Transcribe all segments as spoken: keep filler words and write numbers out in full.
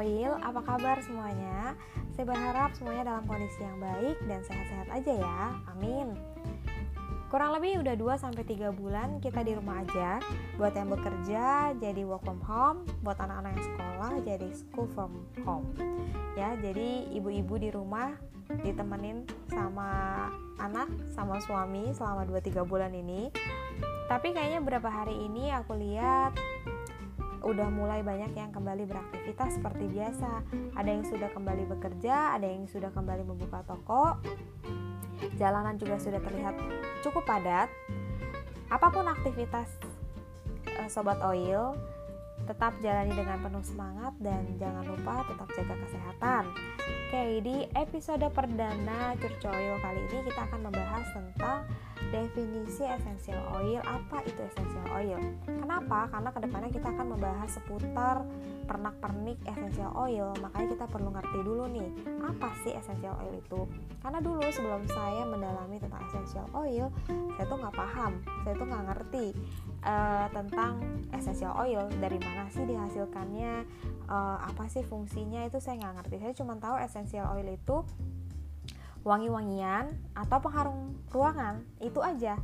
Oil, apa kabar semuanya? Saya berharap semuanya dalam kondisi yang baik dan sehat-sehat aja ya, amin. Kurang lebih udah dua sampai tiga bulan kita di rumah aja. Buat yang bekerja jadi work from home, buat anak-anak yang sekolah jadi school from home. Ya, jadi ibu-ibu di rumah ditemenin sama anak, sama suami selama dua tiga bulan ini. Tapi kayaknya beberapa hari ini aku lihat udah mulai banyak yang kembali beraktivitas seperti biasa. Ada yang sudah kembali bekerja, ada yang sudah kembali membuka toko. Jalanan juga sudah terlihat cukup padat. Apapun aktivitas eh, Sobat Oil, tetap jalani dengan penuh semangat dan jangan lupa tetap jaga kesehatan. Oke, di episode perdana Curco Oil kali ini kita akan membahas tentang definisi essential oil. Apa itu essential oil? Kenapa? Karena kedepannya kita akan membahas seputar pernak-pernik essential oil. Makanya kita perlu ngerti dulu nih, apa sih essential oil itu? Karena dulu sebelum saya mendalami tentang essential oil, saya tuh nggak paham, saya tuh nggak ngerti uh, tentang essential oil. Dari mana sih dihasilkannya? Uh, apa sih fungsinya? Itu saya nggak ngerti. Saya cuma tahu essential oil itu wangi-wangian atau pengharum ruangan, itu aja.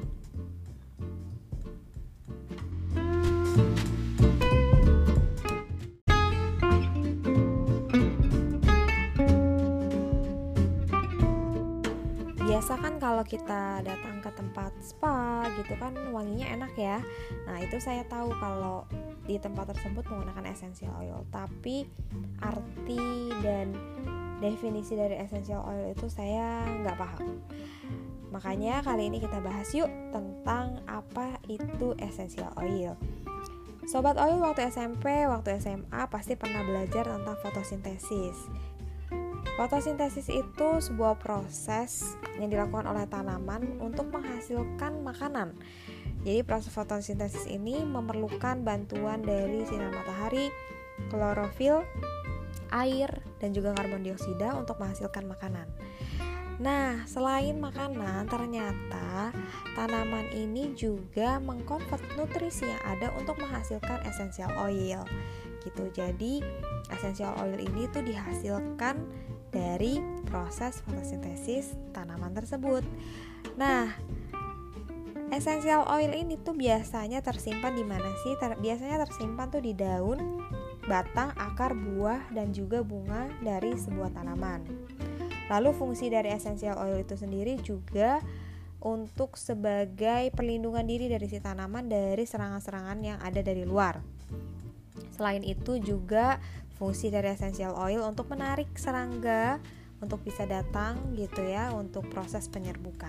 Biasa kan kalau kita datang ke tempat spa gitu kan wanginya enak ya. Nah itu saya tahu kalau di tempat tersebut menggunakan essential oil. Tapi arti dan definisi dari essential oil itu saya nggak paham. Makanya kali ini kita bahas yuk tentang apa itu essential oil. Sobat Oil waktu S M P, waktu S M A pasti pernah belajar tentang fotosintesis. Fotosintesis itu sebuah proses yang dilakukan oleh tanaman untuk menghasilkan makanan. Jadi proses fotosintesis ini memerlukan bantuan dari sinar matahari, klorofil, air, dan juga karbon dioksida untuk menghasilkan makanan. Nah, selain makanan, ternyata tanaman ini juga mengkonvert nutrisi yang ada untuk menghasilkan essential oil. Gitu. Jadi, essential oil ini tuh dihasilkan dari proses fotosintesis tanaman tersebut. Nah, essential oil ini tuh biasanya tersimpan di mana sih? Ter- biasanya tersimpan tuh di daun, batang, akar, buah, dan juga bunga dari sebuah tanaman. Lalu fungsi dari essential oil itu sendiri juga untuk sebagai perlindungan diri dari si tanaman dari serangan-serangan yang ada dari luar. Selain itu juga fungsi dari essential oil untuk menarik serangga untuk bisa datang gitu ya untuk proses penyerbukan.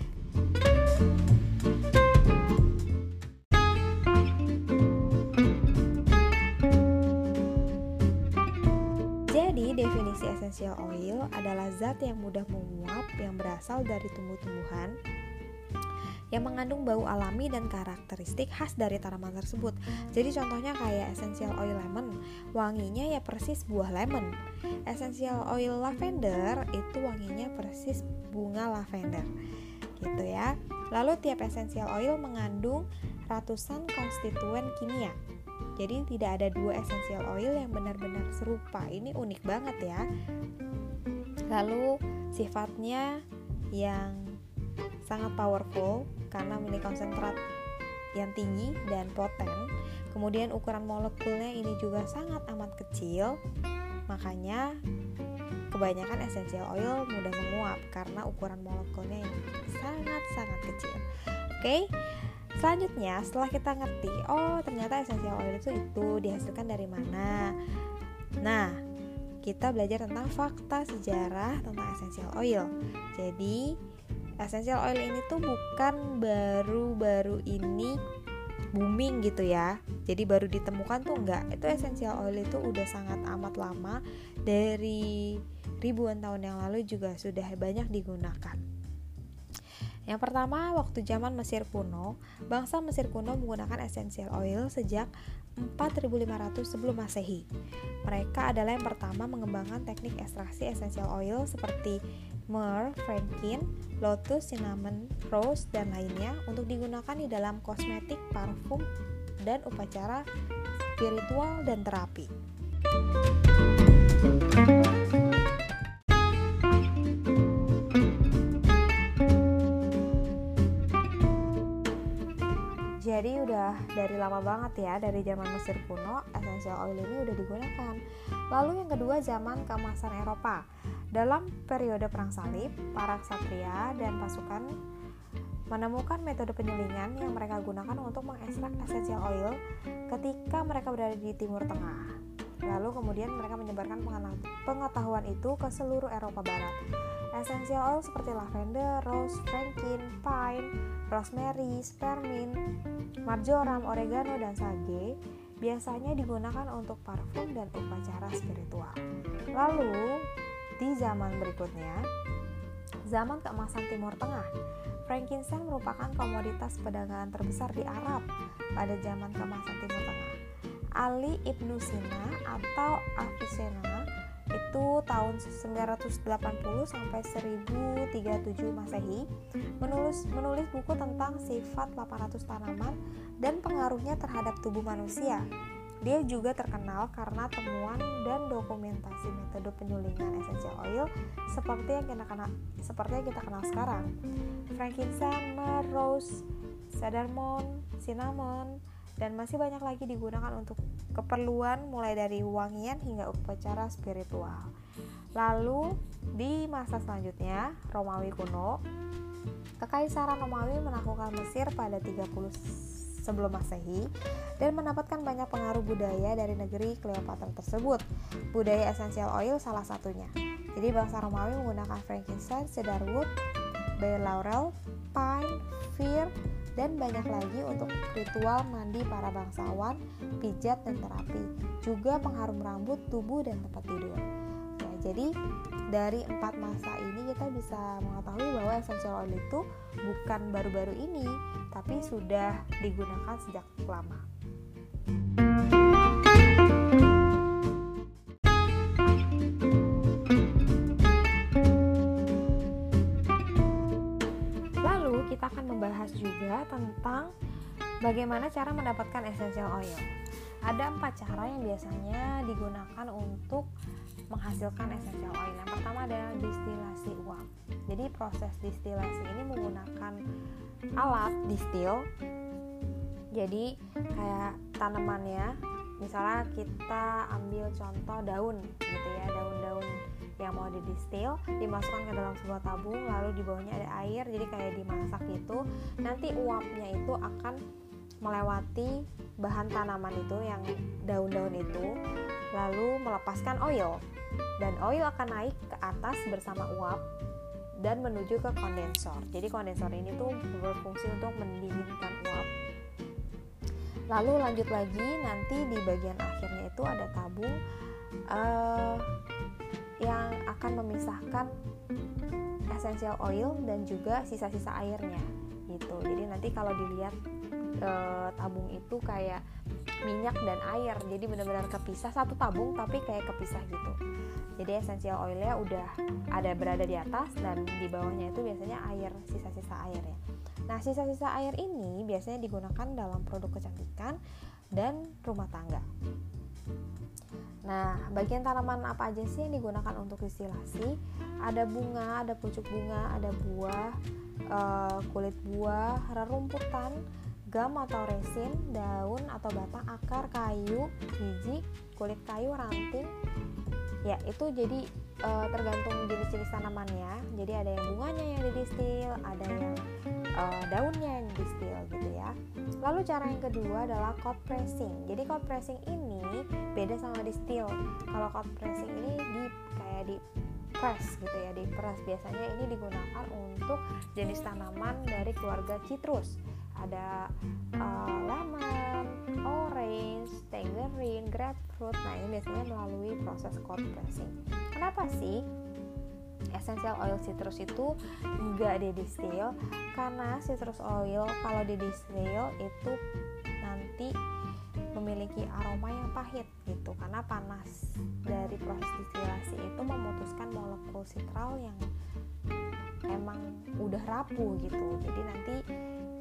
Jadi definisi essential oil adalah zat yang mudah menguap yang berasal dari tumbuh-tumbuhan yang mengandung bau alami dan karakteristik khas dari tanaman tersebut. Jadi contohnya kayak essential oil lemon, wanginya ya persis buah lemon. Essential oil lavender itu wanginya persis bunga lavender. Gitu ya. Lalu tiap essential oil mengandung ratusan konstituen kimia. Jadi tidak ada dua essential oil yang benar-benar serupa. Ini unik banget ya. Lalu sifatnya yang sangat powerful karena memiliki konsentrat yang tinggi dan poten. Kemudian ukuran molekulnya ini juga sangat amat kecil. Makanya kebanyakan essential oil mudah menguap karena ukuran molekulnya yang sangat-sangat kecil. Oke. Selanjutnya, setelah kita ngerti, oh ternyata essential oil itu itu dihasilkan dari mana? Nah, kita belajar tentang fakta sejarah tentang essential oil. Jadi, essential oil ini tuh bukan baru-baru ini booming gitu ya. Jadi baru ditemukan tuh enggak. Itu essential oil itu udah sangat amat lama, dari ribuan tahun yang lalu juga sudah banyak digunakan. Yang pertama, waktu zaman Mesir kuno, bangsa Mesir kuno menggunakan essential oil sejak empat ribu lima ratus sebelum Masehi. Mereka adalah yang pertama mengembangkan teknik ekstraksi essential oil seperti myrrh, frankin, lotus, cinnamon, rose, dan lainnya untuk digunakan di dalam kosmetik, parfum, dan upacara spiritual dan terapi. Jadi udah dari lama banget ya, dari zaman Mesir kuno, essential oil ini udah digunakan. Lalu yang kedua, zaman keemasan Eropa. Dalam periode perang salib, para ksatria dan pasukan menemukan metode penyulingan yang mereka gunakan untuk mengekstrak essential oil ketika mereka berada di Timur Tengah. Lalu kemudian mereka menyebarkan pengetahuan itu ke seluruh Eropa Barat. Essential oil seperti lavender, rose, frankin, pine, rosemary, spearmint, marjoram, oregano, dan sage biasanya digunakan untuk parfum dan upacara spiritual. Lalu di zaman berikutnya, zaman keemasan Timur Tengah, frankincense merupakan komoditas perdagangan terbesar di Arab pada zaman keemasan Timur Tengah. Ali Ibnu Sina atau Avicenna itu tahun sembilan ratus delapan puluh sampai seribu tiga puluh tujuh Masehi menulis menulis buku tentang sifat delapan ratus tanaman dan pengaruhnya terhadap tubuh manusia. Dia juga terkenal karena temuan dan dokumentasi metode penyulingan essential oil seperti yang kita kenal, seperti yang kita kenal sekarang. Frankincense, myrrh, rose, cardamom, cinnamon, dan masih banyak lagi digunakan untuk keperluan mulai dari wangian hingga upacara spiritual. Lalu di masa selanjutnya, Romawi kuno, Kekaisaran Romawi menaklukkan Mesir pada tiga puluh sebelum Masehi dan mendapatkan banyak pengaruh budaya dari negeri Cleopatra tersebut. Budaya essential oil salah satunya. Jadi bangsa Romawi menggunakan frankincense, cedarwood, bay laurel, pine, fir, dan banyak lagi untuk ritual mandi para bangsawan, pijat, dan terapi, juga pengharum rambut, tubuh, dan tempat tidur. Ya, jadi dari empat masa ini kita bisa mengetahui bahwa essential oil itu bukan baru-baru ini, tapi sudah digunakan sejak lama. Kita akan membahas juga tentang bagaimana cara mendapatkan essential oil. Ada empat cara yang biasanya digunakan untuk menghasilkan essential oil. Yang pertama adalah distilasi uap. Jadi proses distilasi ini menggunakan alat distil. Jadi kayak tanamannya, misalnya kita ambil contoh daun gitu ya, daun-daun yang mau didistil dimasukkan ke dalam sebuah tabung, lalu di bawahnya ada air, jadi kayak dimasak gitu. Nanti uapnya itu akan melewati bahan tanaman itu yang daun-daun itu, lalu melepaskan oil, dan oil akan naik ke atas bersama uap dan menuju ke kondensor. Jadi kondensor ini tuh berfungsi untuk mendinginkan uap. Lalu lanjut lagi, nanti di bagian akhirnya itu ada tabung uh, yang akan memisahkan essential oil dan juga sisa-sisa airnya gitu. Jadi nanti kalau dilihat e, tabung itu kayak minyak dan air, jadi benar-benar kepisah, satu tabung tapi kayak kepisah gitu. Jadi essential oilnya udah ada berada di atas, dan di bawahnya itu biasanya air, sisa-sisa airnya. Nah, sisa-sisa air ini biasanya digunakan dalam produk kecantikan dan rumah tangga. Nah, bagian tanaman apa aja sih yang digunakan untuk distilasi? Ada bunga, ada pucuk bunga, ada buah, e, kulit buah, rerumputan, gam atau resin, daun atau batang, akar, kayu, biji, kulit kayu, ranting. Ya, itu jadi e, tergantung jenis-jenis tanamannya. Jadi ada yang bunganya yang didistil, ada yang e, daunnya yang didistil gitu ya. Lalu cara yang kedua adalah cold pressing. Jadi cold pressing ini beda sama distil. Kalau cold pressing ini di kayak di press gitu ya, di press. Biasanya ini digunakan untuk jenis tanaman dari keluarga citrus. Ada uh, lemon, orange, tangerine, grapefruit. Nah, ini biasanya melalui proses cold pressing. Kenapa sih essential oil citrus itu enggak didistil? Karena citrus oil kalau didistil itu nanti memiliki aroma yang pahit gitu, karena panas dari proses distilasi itu memutuskan molekul sitral yang emang udah rapuh gitu. Jadi nanti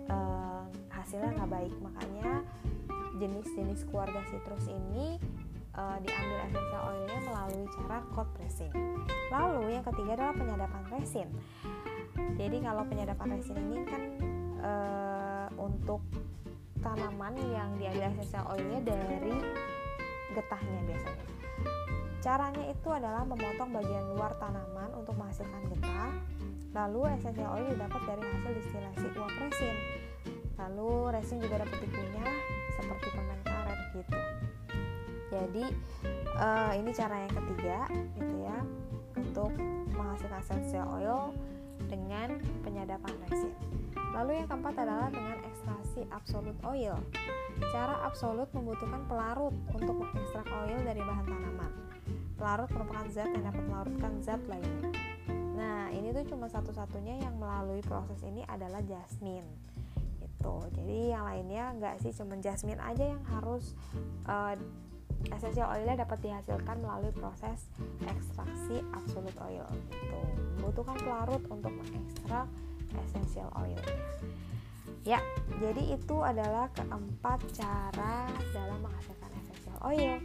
eh, hasilnya nggak baik. Makanya jenis-jenis keluarga citrus ini uh, diambil essential oilnya melalui cara cold pressing. Lalu yang ketiga adalah penyadapan resin. Jadi kalau penyadapan resin ini kan uh, untuk tanaman yang diambil essential oilnya dari getahnya biasanya. Caranya itu adalah memotong bagian luar tanaman untuk menghasilkan getah. Lalu essential oil didapat dari hasil distilasi uap resin. Lalu resin juga dapat dikunyah seperti permen karet gitu. Jadi uh, ini cara yang ketiga gitu ya untuk menghasilkan essential oil dengan penyadapan resin. Lalu yang keempat adalah dengan ekstraksi absolute oil. Cara absolut membutuhkan pelarut untuk mengekstrak oil dari bahan tanaman. Pelarut merupakan zat yang dapat melarutkan zat lainnya. Nah, ini tuh cuma satu-satunya yang melalui proses ini adalah jasmin. Gitu. Jadi yang lainnya enggak sih, cuma jasmin aja yang harus uh, essential oilnya dapat dihasilkan melalui proses ekstraksi absolute oil. Gitu. Membutuhkan pelarut untuk mengekstrak essential oil. Ya, jadi itu adalah keempat cara dalam menghasilkan essential oil.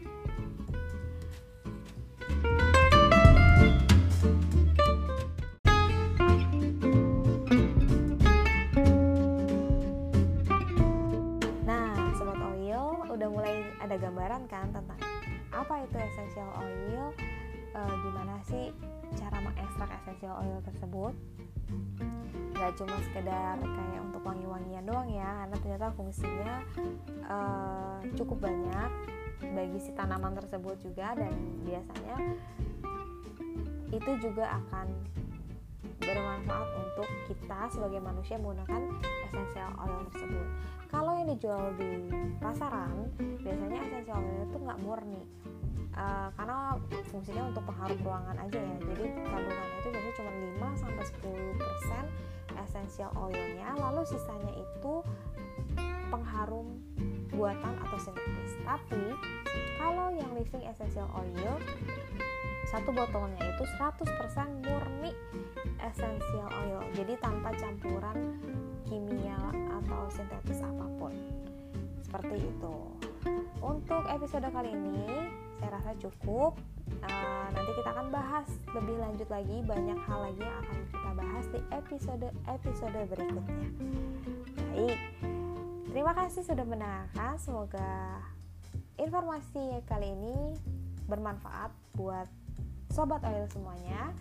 Nah, Sobat Oil, udah mulai ada gambaran kan tentang apa itu essential oil, e, gimana sih cara mengekstrak essential oil tersebut. Gak cuma sekedar kayak untuk wangi-wangian doang ya, karena ternyata fungsinya uh, cukup banyak bagi si tanaman tersebut juga, dan biasanya itu juga akan bermanfaat untuk kita sebagai manusia menggunakan essential oil tersebut. Kalau yang dijual di pasaran, biasanya essential oil itu nggak murni, uh, karena fungsinya untuk pengharum ruangan aja ya. Jadi kandungannya itu biasanya cuma lima sampai sepuluh persen essential oilnya, lalu sisanya itu pengharum buatan atau sintetis. Tapi kalau yang living essential oil, satu botolnya itu seratus persen murni essential oil, jadi tanpa campuran kimia atau sintetis apapun. Seperti itu. Untuk episode kali ini saya rasa cukup. Uh, nanti kita akan bahas lebih lanjut lagi, banyak hal lagi yang akan kita bahas di episode-episode berikutnya. Baik, terima kasih sudah mendengarkan. Semoga informasi kali ini bermanfaat buat Sobat Oil semuanya.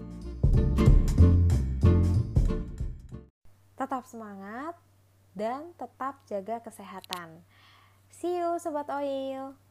Tetap semangat dan tetap jaga kesehatan. See you Sobat Oil.